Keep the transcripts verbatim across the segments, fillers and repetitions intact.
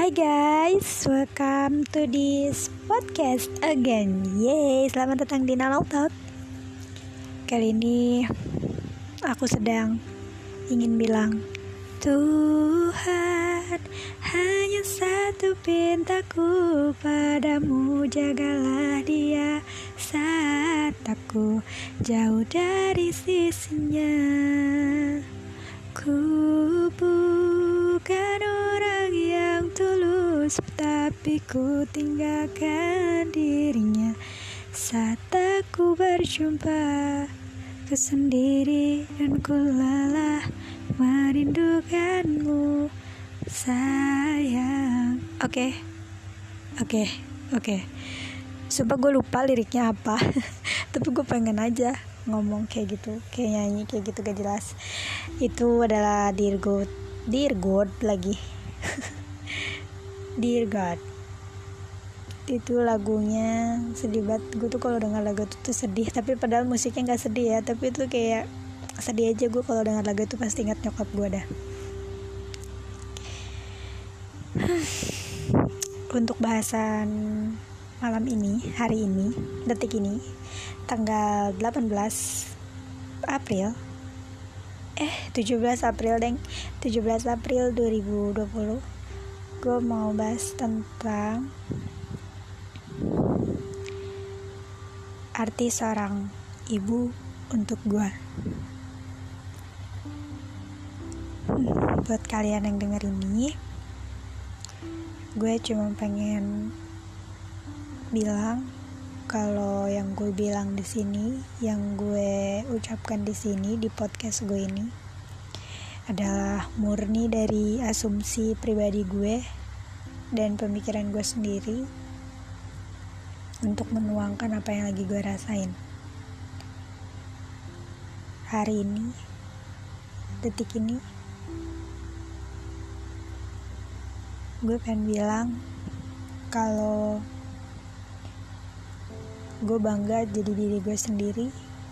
Hai guys, welcome to this podcast again. Yeay, selamat datang di Nalau Talk. Kali ini aku sedang ingin bilang, Tuhan, hanya satu pintaku padamu, jagalah dia saat aku jauh dari sisinya. Ku bukan orang yang tulus, tapi ku tinggalkan dirinya saat aku berjumpa ku sendiri dan ku lelah merindukanmu, sayang. Oke, oke, oke. Sumpah gue lupa liriknya apa, tapi gue pengen aja ngomong kayak gitu, kayak nyanyi kayak gitu gak jelas. Itu adalah Dear God, Dear God lagi. Dear God. Itu lagunya sedih banget. Gue tuh kalau dengar lagu itu tuh sedih, tapi padahal musiknya nggak sedih ya, tapi itu kayak sedih aja. Gue kalau dengar lagu itu pasti ingat nyokap gue dah. Untuk bahasan malam ini, hari ini, detik ini, tanggal delapan belas April eh tujuh belas April deng tujuh belas April dua ribu dua puluh, gue mau bahas tentang arti seorang ibu untuk gue. hmm, buat kalian yang denger ini, gue cuma pengen bilang kalau yang gue bilang di sini, yang gue ucapkan di sini di podcast gue ini adalah murni dari asumsi pribadi gue dan pemikiran gue sendiri untuk menuangkan apa yang lagi gue rasain hari ini, detik ini. Gue pengen bilang kalau gue bangga jadi diri gue sendiri.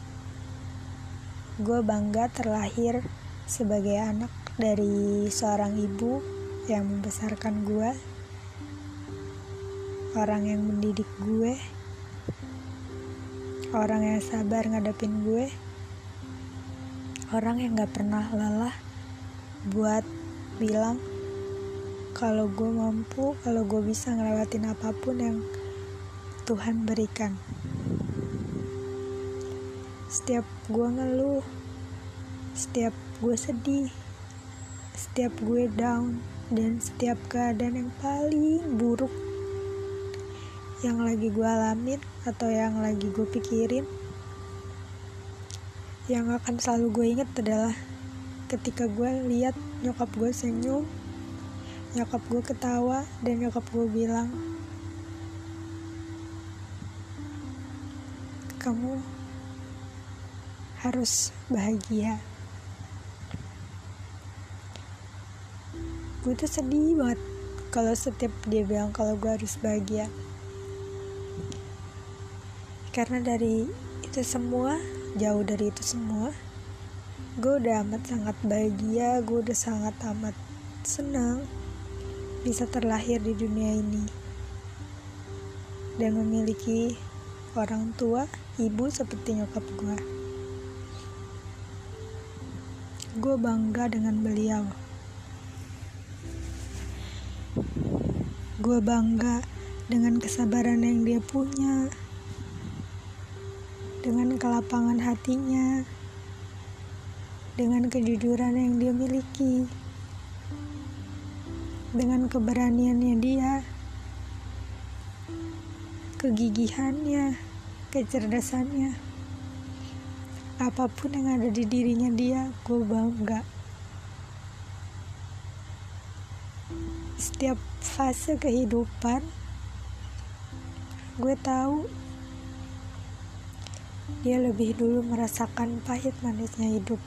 Gue bangga terlahir sebagai anak dari seorang ibu yang membesarkan gue, orang yang mendidik gue, orang yang sabar ngadepin gue, orang yang gak pernah lelah buat bilang kalau gue mampu, kalau gue bisa ngelewatin apapun yang Tuhan berikan. Setiap gue ngeluh, setiap gue sedih, setiap gue down, dan setiap keadaan yang paling buruk yang lagi gue alamin atau yang lagi gue pikirin, yang akan selalu gue inget adalah ketika gue lihat nyokap gue senyum, nyokap gue ketawa, dan nyokap gue bilang, kamu harus bahagia. Gue tuh sedih banget kalau setiap dia bilang kalau gue harus bahagia, karena dari itu semua, jauh dari itu semua, gue udah amat sangat bahagia. Gue udah sangat amat senang bisa terlahir di dunia ini dan memiliki orang tua, ibu seperti nyokap gue. Gue bangga dengan beliau. Gue bangga dengan kesabaran yang dia punya, dengan kelapangan hatinya, dengan kejujuran yang dia miliki, dengan keberaniannya dia, kegigihannya, kecerdasannya, apapun yang ada di dirinya dia, gue bangga. Setiap fase kehidupan, gue tahu dia lebih dulu merasakan pahit manisnya hidup.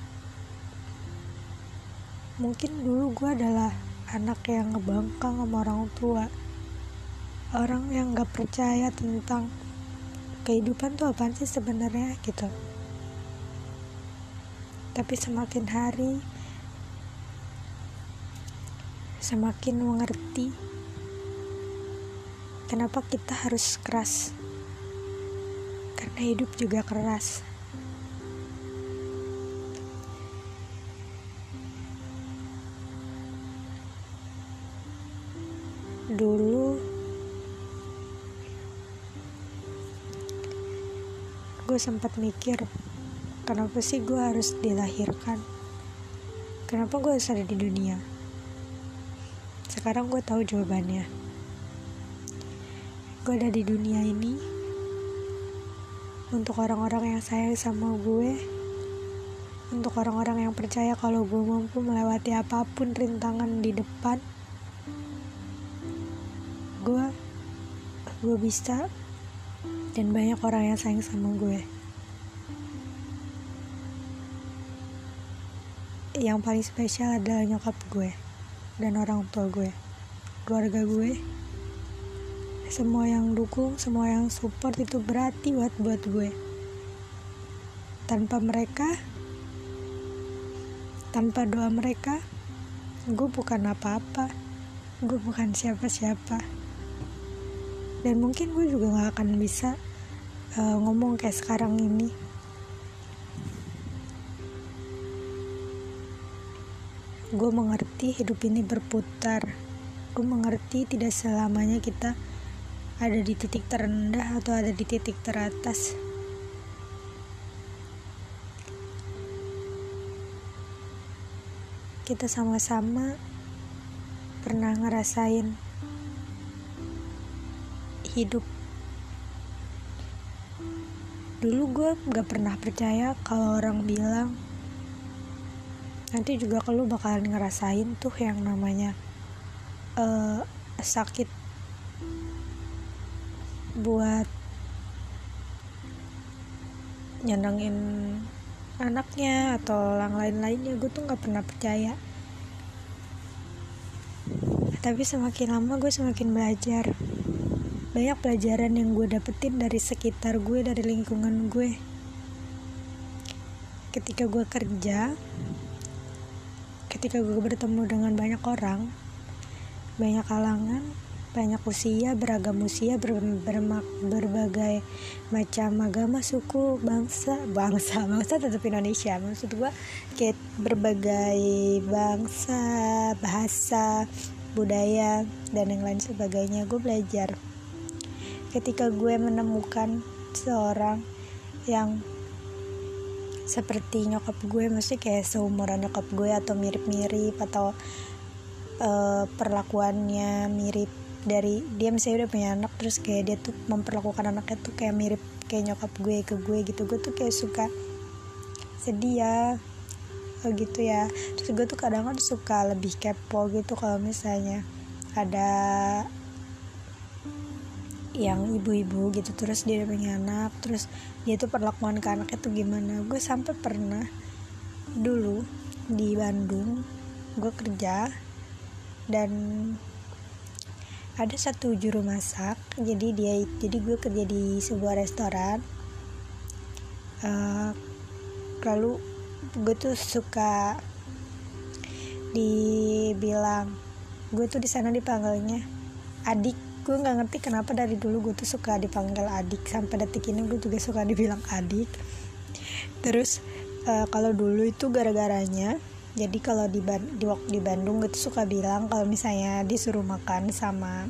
Mungkin dulu gue adalah anak yang ngebangkang sama orang tua, orang yang gak percaya tentang kehidupan tuh apaan sih sebenarnya gitu. Tapi semakin hari semakin mengerti Kenapa kita harus keras? Karena hidup juga keras. Dulu gue sempat mikir, kenapa sih gue harus dilahirkan? Kenapa gue harus ada di dunia? Sekarang gue tahu jawabannya. Gue ada di dunia ini untuk orang-orang yang sayang sama gue, untuk orang-orang yang percaya kalau gue mampu melewati apapun rintangan di depan. Gue, gue bisa, dan banyak orang yang sayang sama gue. Yang paling spesial adalah nyokap gue dan orang tua gue, keluarga gue. Semua yang dukung, semua yang support itu berarti buat buat gue. Tanpa mereka, tanpa doa mereka, gue bukan apa-apa. Gue bukan siapa-siapa. Dan mungkin gue juga gak akan bisa uh, ngomong kayak sekarang ini. Gue mengerti hidup ini berputar. Gue mengerti tidak selamanya kita ada di titik terendah atau ada di titik teratas. Kita sama-sama pernah ngerasain hidup. Dulu gue gak pernah percaya kalau orang bilang nanti juga kalau bakalan ngerasain tuh yang namanya uh, sakit buat nyenengin anaknya atau yang lain-lainnya. Gue tuh gak pernah percaya. Tapi semakin lama gue semakin belajar. Banyak pelajaran yang gue dapetin dari sekitar gue, dari lingkungan gue. Ketika gue kerja, ketika gue bertemu dengan banyak orang, banyak kalangan, banyak usia, beragam usia, ber, bermak, berbagai macam agama, suku, bangsa, bangsa, bangsa tetap Indonesia. Maksud gue kayak berbagai bangsa, bahasa, budaya, dan yang lain sebagainya. Gue belajar. Ketika gue menemukan seorang yang seperti nyokap gue, maksudnya kayak seumuran nyokap gue atau mirip-mirip, atau uh, perlakuannya mirip dari dia, misalnya udah punya anak terus kayak dia tuh memperlakukan anaknya tuh kayak mirip kayak nyokap gue ke gue gitu. Gue tuh kayak suka sedih ya, oh gitu ya. Terus gue tuh kadang kan suka lebih kepo gitu kalau misalnya ada yang ibu-ibu gitu, terus dia punya anak, terus dia tuh perlakuan ke anaknya tuh gimana. Gue sampai pernah dulu di Bandung gue kerja, dan ada satu juru masak. Jadi dia jadi gue kerja di sebuah restoran. Uh, lalu gue tuh suka dibilang, gue tuh di sana dipanggilnya adik. Gue nggak ngerti kenapa dari dulu gue tuh suka dipanggil adik, sampai detik ini gue juga suka dibilang adik. Terus uh, kalau dulu itu gara-garanya, jadi kalau di, di waktu di Bandung gue tuh suka bilang kalau misalnya disuruh makan sama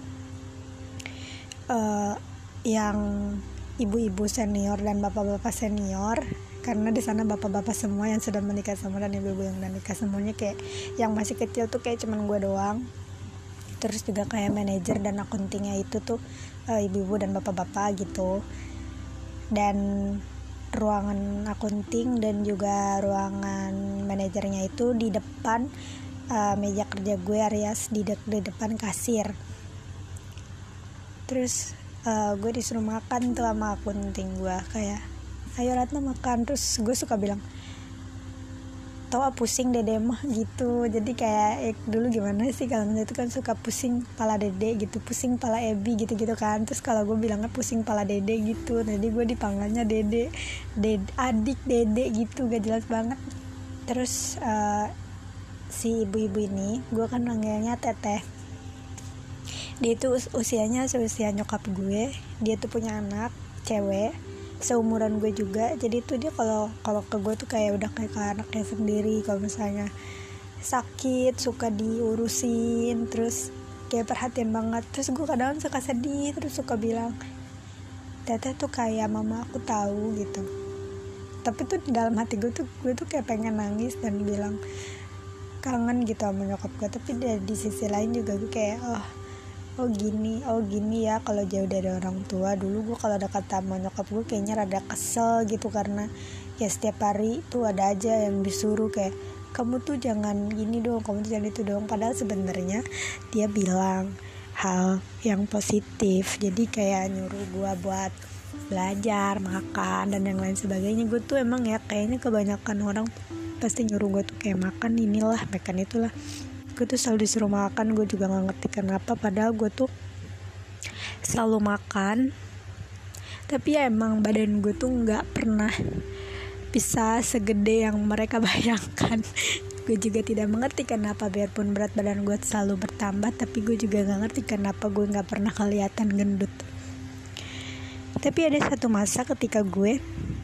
uh, yang ibu-ibu senior dan bapak-bapak senior, karena di sana bapak-bapak semua yang sudah menikah semua dan ibu-ibu yang udah nikah semuanya, kayak yang masih kecil tuh kayak cuman gue doang. Terus juga kayak manajer dan akuntingnya itu tuh uh, ibu-ibu dan bapak-bapak gitu. Dan ruangan akunting dan juga ruangan manajernya itu di depan uh, meja kerja gue alias di, de- di depan kasir. Terus uh, gue disuruh makan tuh sama akunting gue, kayak ayo Ratna makan. Terus gue suka bilang, tau ah pusing dede mah gitu. Jadi kayak eh, dulu gimana sih kalau misalnya itu kan suka pusing pala dede gitu, pusing pala ebi gitu-gitu kan. Terus kalau gue bilangnya pusing pala dede gitu, jadi gue dipanggilnya dede, dede adik dede gitu, gak jelas banget. Terus uh, si ibu-ibu ini gue kan manggilnya teteh. Dia itu us- usianya seusia nyokap gue. Dia tuh punya anak cewek seumuran gue juga. Jadi tuh dia kalau kalau ke gue tuh kayak udah kayak ke anaknya sendiri. Kalau misalnya sakit suka diurusin, terus kayak perhatian banget. Terus gue kadang suka sedih, terus suka bilang, teteh tuh kayak mama aku tahu gitu. Tapi tuh di dalam hati gue tuh gue tuh kayak pengen nangis dan bilang kangen gitu sama nyokap gue. Tapi di, di sisi lain juga gue kayak oh oh gini oh gini ya kalau jauh dari orang tua. Dulu gue kalau dekat sama nyokap gue kayaknya rada kesel gitu, karena ya setiap hari tuh ada aja yang disuruh kayak kamu tuh jangan gini dong, kamu tuh jangan itu dong. Padahal sebenarnya dia bilang hal yang positif. Jadi kayak nyuruh gue buat belajar, makan, dan yang lain sebagainya. Gue tuh emang ya kayaknya kebanyakan orang pasti nyuruh gue tuh kayak makan inilah, makan itulah. Gue tuh selalu disuruh makan, gue juga gak ngerti kenapa. Padahal gue tuh selalu makan, tapi ya emang badan gue tuh gak pernah bisa segede yang mereka bayangkan. Gue juga tidak mengerti kenapa biarpun berat badan gue selalu bertambah, tapi gue juga gak ngerti kenapa gue gak pernah kelihatan gendut. Tapi ada satu masa ketika gue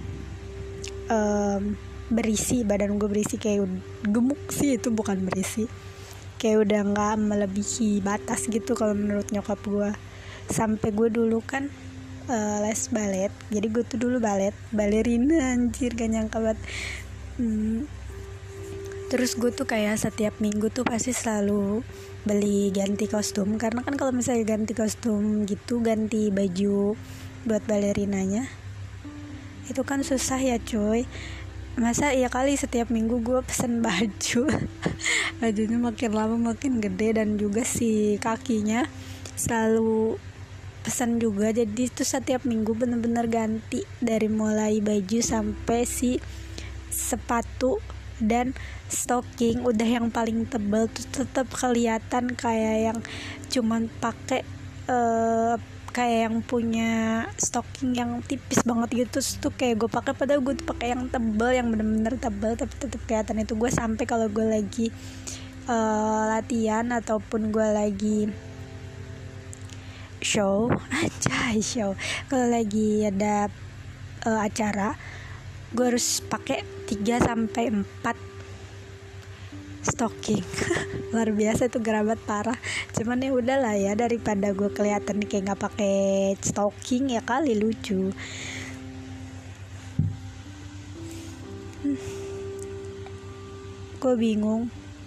um, berisi, badan gue berisi kayak gemuk sih, itu bukan berisi, kayak udah gak melebihi batas gitu kalau menurut nyokap gue. Sampai gue dulu kan Uh, les balet. Jadi gue tuh dulu balet, balerina, anjir gak nyangka banget. hmm. Terus gue tuh kayak setiap minggu tuh pasti selalu beli ganti kostum, karena kan kalau misalnya ganti kostum gitu, ganti baju buat balerinanya itu kan susah ya coy. Masa iya kali setiap minggu gue pesen baju bajunya makin lama makin gede, dan juga si kakinya selalu pesan juga. Jadi itu setiap minggu bener-bener ganti, dari mulai baju sampai si sepatu dan stocking. Udah yang paling tebal tuh tetap kelihatan kayak yang cuman pakai uh, kayak yang punya stocking yang tipis banget gitu. Terus tuh kayak gue pakai, padahal gue tuh pakai yang tebal, yang bener-bener tebal, tapi tetap kelihatan itu gue. Sampai kalau gue lagi uh, latihan ataupun gue lagi show aja show kalau lagi ada uh, acara, gue harus pakai tiga sampai empat stocking. Luar biasa tuh, gerabat parah. Cuman ya udahlah ya, daripada gue kelihatan kayak nggak pakai stocking ya kali lucu. hmm. Gue bingung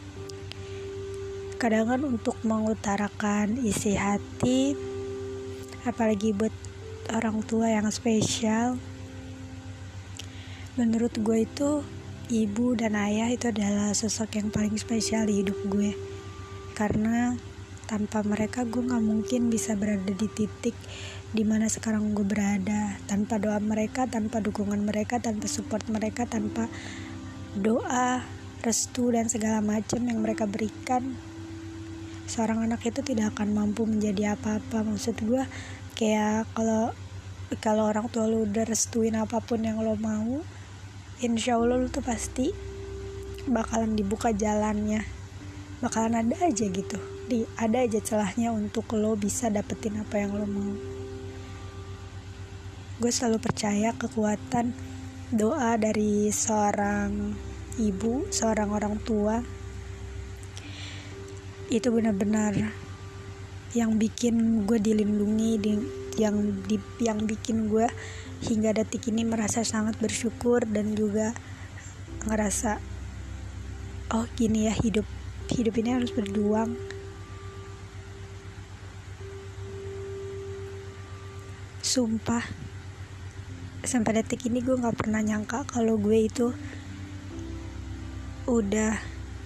kadang kan untuk mengutarakan isi hati, apalagi buat orang tua yang spesial. Menurut gue itu ibu dan ayah itu adalah sosok yang paling spesial di hidup gue, karena tanpa mereka gue gak mungkin bisa berada di titik dimana sekarang gue berada. Tanpa doa mereka, tanpa dukungan mereka, tanpa support mereka, tanpa doa, restu, dan segala macam yang mereka berikan, seorang anak itu tidak akan mampu menjadi apa-apa. Maksud gue kayak kalau kalau orang tua lu udah restuin apapun yang lo mau, insya Allah lu tuh pasti bakalan dibuka jalannya, bakalan ada aja gitu, di ada aja celahnya untuk lo bisa dapetin apa yang lo mau. Gue selalu percaya kekuatan doa dari seorang ibu, seorang orang tua, itu benar-benar yang bikin gue dilindungi, di, yang di, yang bikin gue hingga detik ini merasa sangat bersyukur, dan juga ngerasa oh gini ya hidup hidup ini harus berjuang. Sumpah sampai detik ini gue nggak pernah nyangka kalau gue itu udah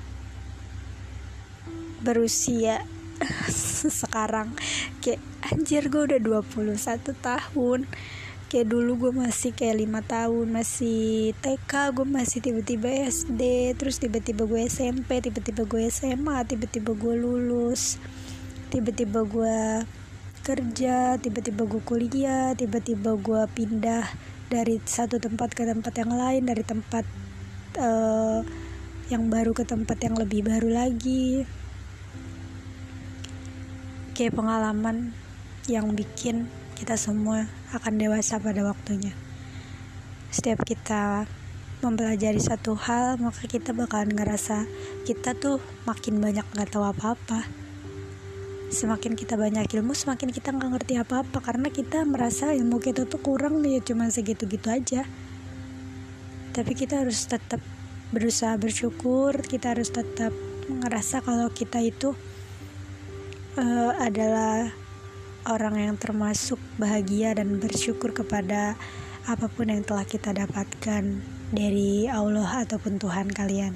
berusia sekarang. Kayak anjir, gue udah dua puluh satu tahun. Kayak dulu gue masih kayak lima tahun, masih T K, gue masih tiba-tiba S D, terus tiba-tiba gue S M P, tiba-tiba gue S M A, tiba-tiba gue lulus, tiba-tiba gue kerja, tiba-tiba gue kuliah, tiba-tiba gue pindah dari satu tempat ke tempat yang lain, dari tempat uh, yang baru ke tempat yang lebih baru lagi. kayak pengalaman yang bikin kita semua akan dewasa pada waktunya. Setiap kita mempelajari satu hal, maka kita bakalan ngerasa kita tuh makin banyak gak tahu apa-apa. Semakin kita banyak ilmu, semakin kita gak ngerti apa-apa, karena kita merasa ilmu kita tuh kurang, ya cuma segitu-gitu aja. Tapi kita harus tetap berusaha bersyukur, kita harus tetap ngerasa kalau kita itu uh, adalah orang yang termasuk bahagia dan bersyukur kepada apapun yang telah kita dapatkan dari Allah ataupun Tuhan kalian.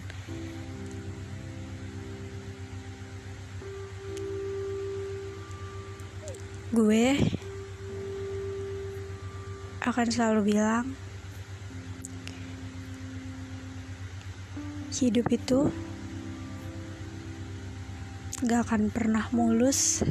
Gue akan selalu bilang, hidup itu gak akan pernah mulus,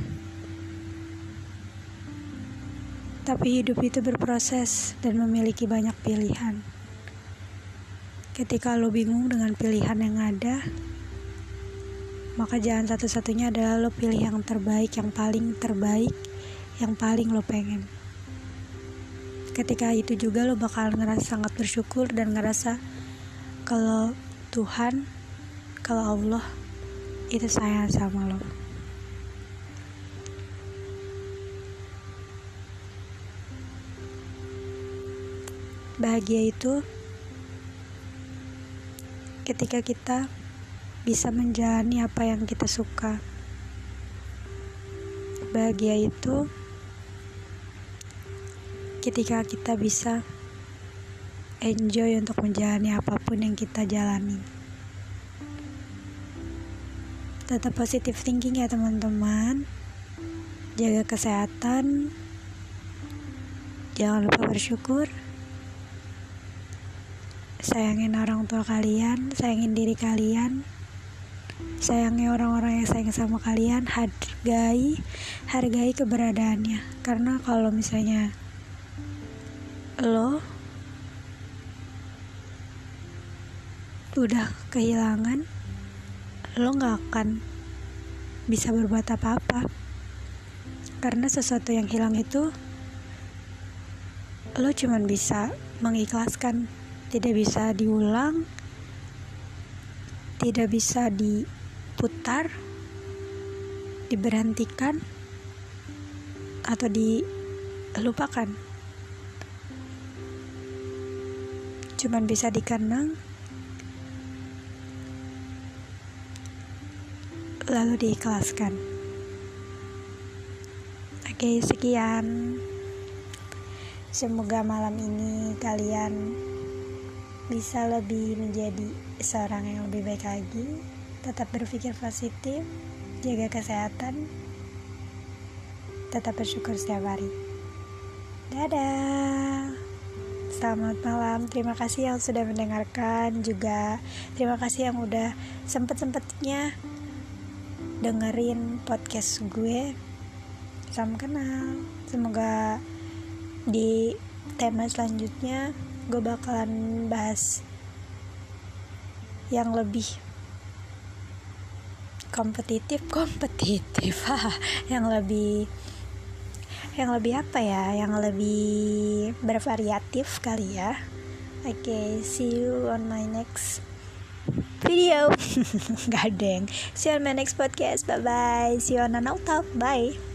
tapi hidup itu berproses dan memiliki banyak pilihan. Ketika lo bingung dengan pilihan yang ada, maka jalan satu-satunya adalah lo pilih yang terbaik, yang paling terbaik, yang paling lo pengen. Ketika itu juga lo bakal ngerasa sangat bersyukur dan ngerasa kalau Tuhan, kalau Allah itu sayang sama lo. Bahagia itu ketika kita bisa menjalani apa yang kita suka. Bahagia itu ketika kita bisa enjoy untuk menjalani apapun yang kita jalani. Tetap positive thinking ya teman-teman. Jaga kesehatan. Jangan lupa bersyukur. Sayangin orang tua kalian, sayangin diri kalian. Sayangi orang-orang yang sayang sama kalian. Hargai, hargai keberadaannya. Karena kalau misalnya lo udah kehilangan, lo gak akan bisa berbuat apa-apa. Karena sesuatu yang hilang itu lo cuman bisa mengikhlaskan, tidak bisa diulang, tidak bisa diputar, diberhentikan, atau dilupakan. Cuman bisa dikenang, lalu diikhlaskan. Oke, sekian. Semoga malam ini kalian bisa lebih menjadi seorang yang lebih baik lagi. Tetap berpikir positif, jaga kesehatan, tetap bersyukur setiap hari. Dadah. Selamat malam. Terima kasih yang sudah mendengarkan, juga terima kasih yang udah sempet-sempetnya dengerin podcast gue. Salam kenal. Semoga di tema selanjutnya gue bakalan bahas yang lebih kompetitif kompetitif yang lebih yang lebih apa ya yang lebih bervariatif kali ya. Oke, okay, see you on my next video. Gadeng. See you on my next podcast. Bye bye. See you on an out. Bye.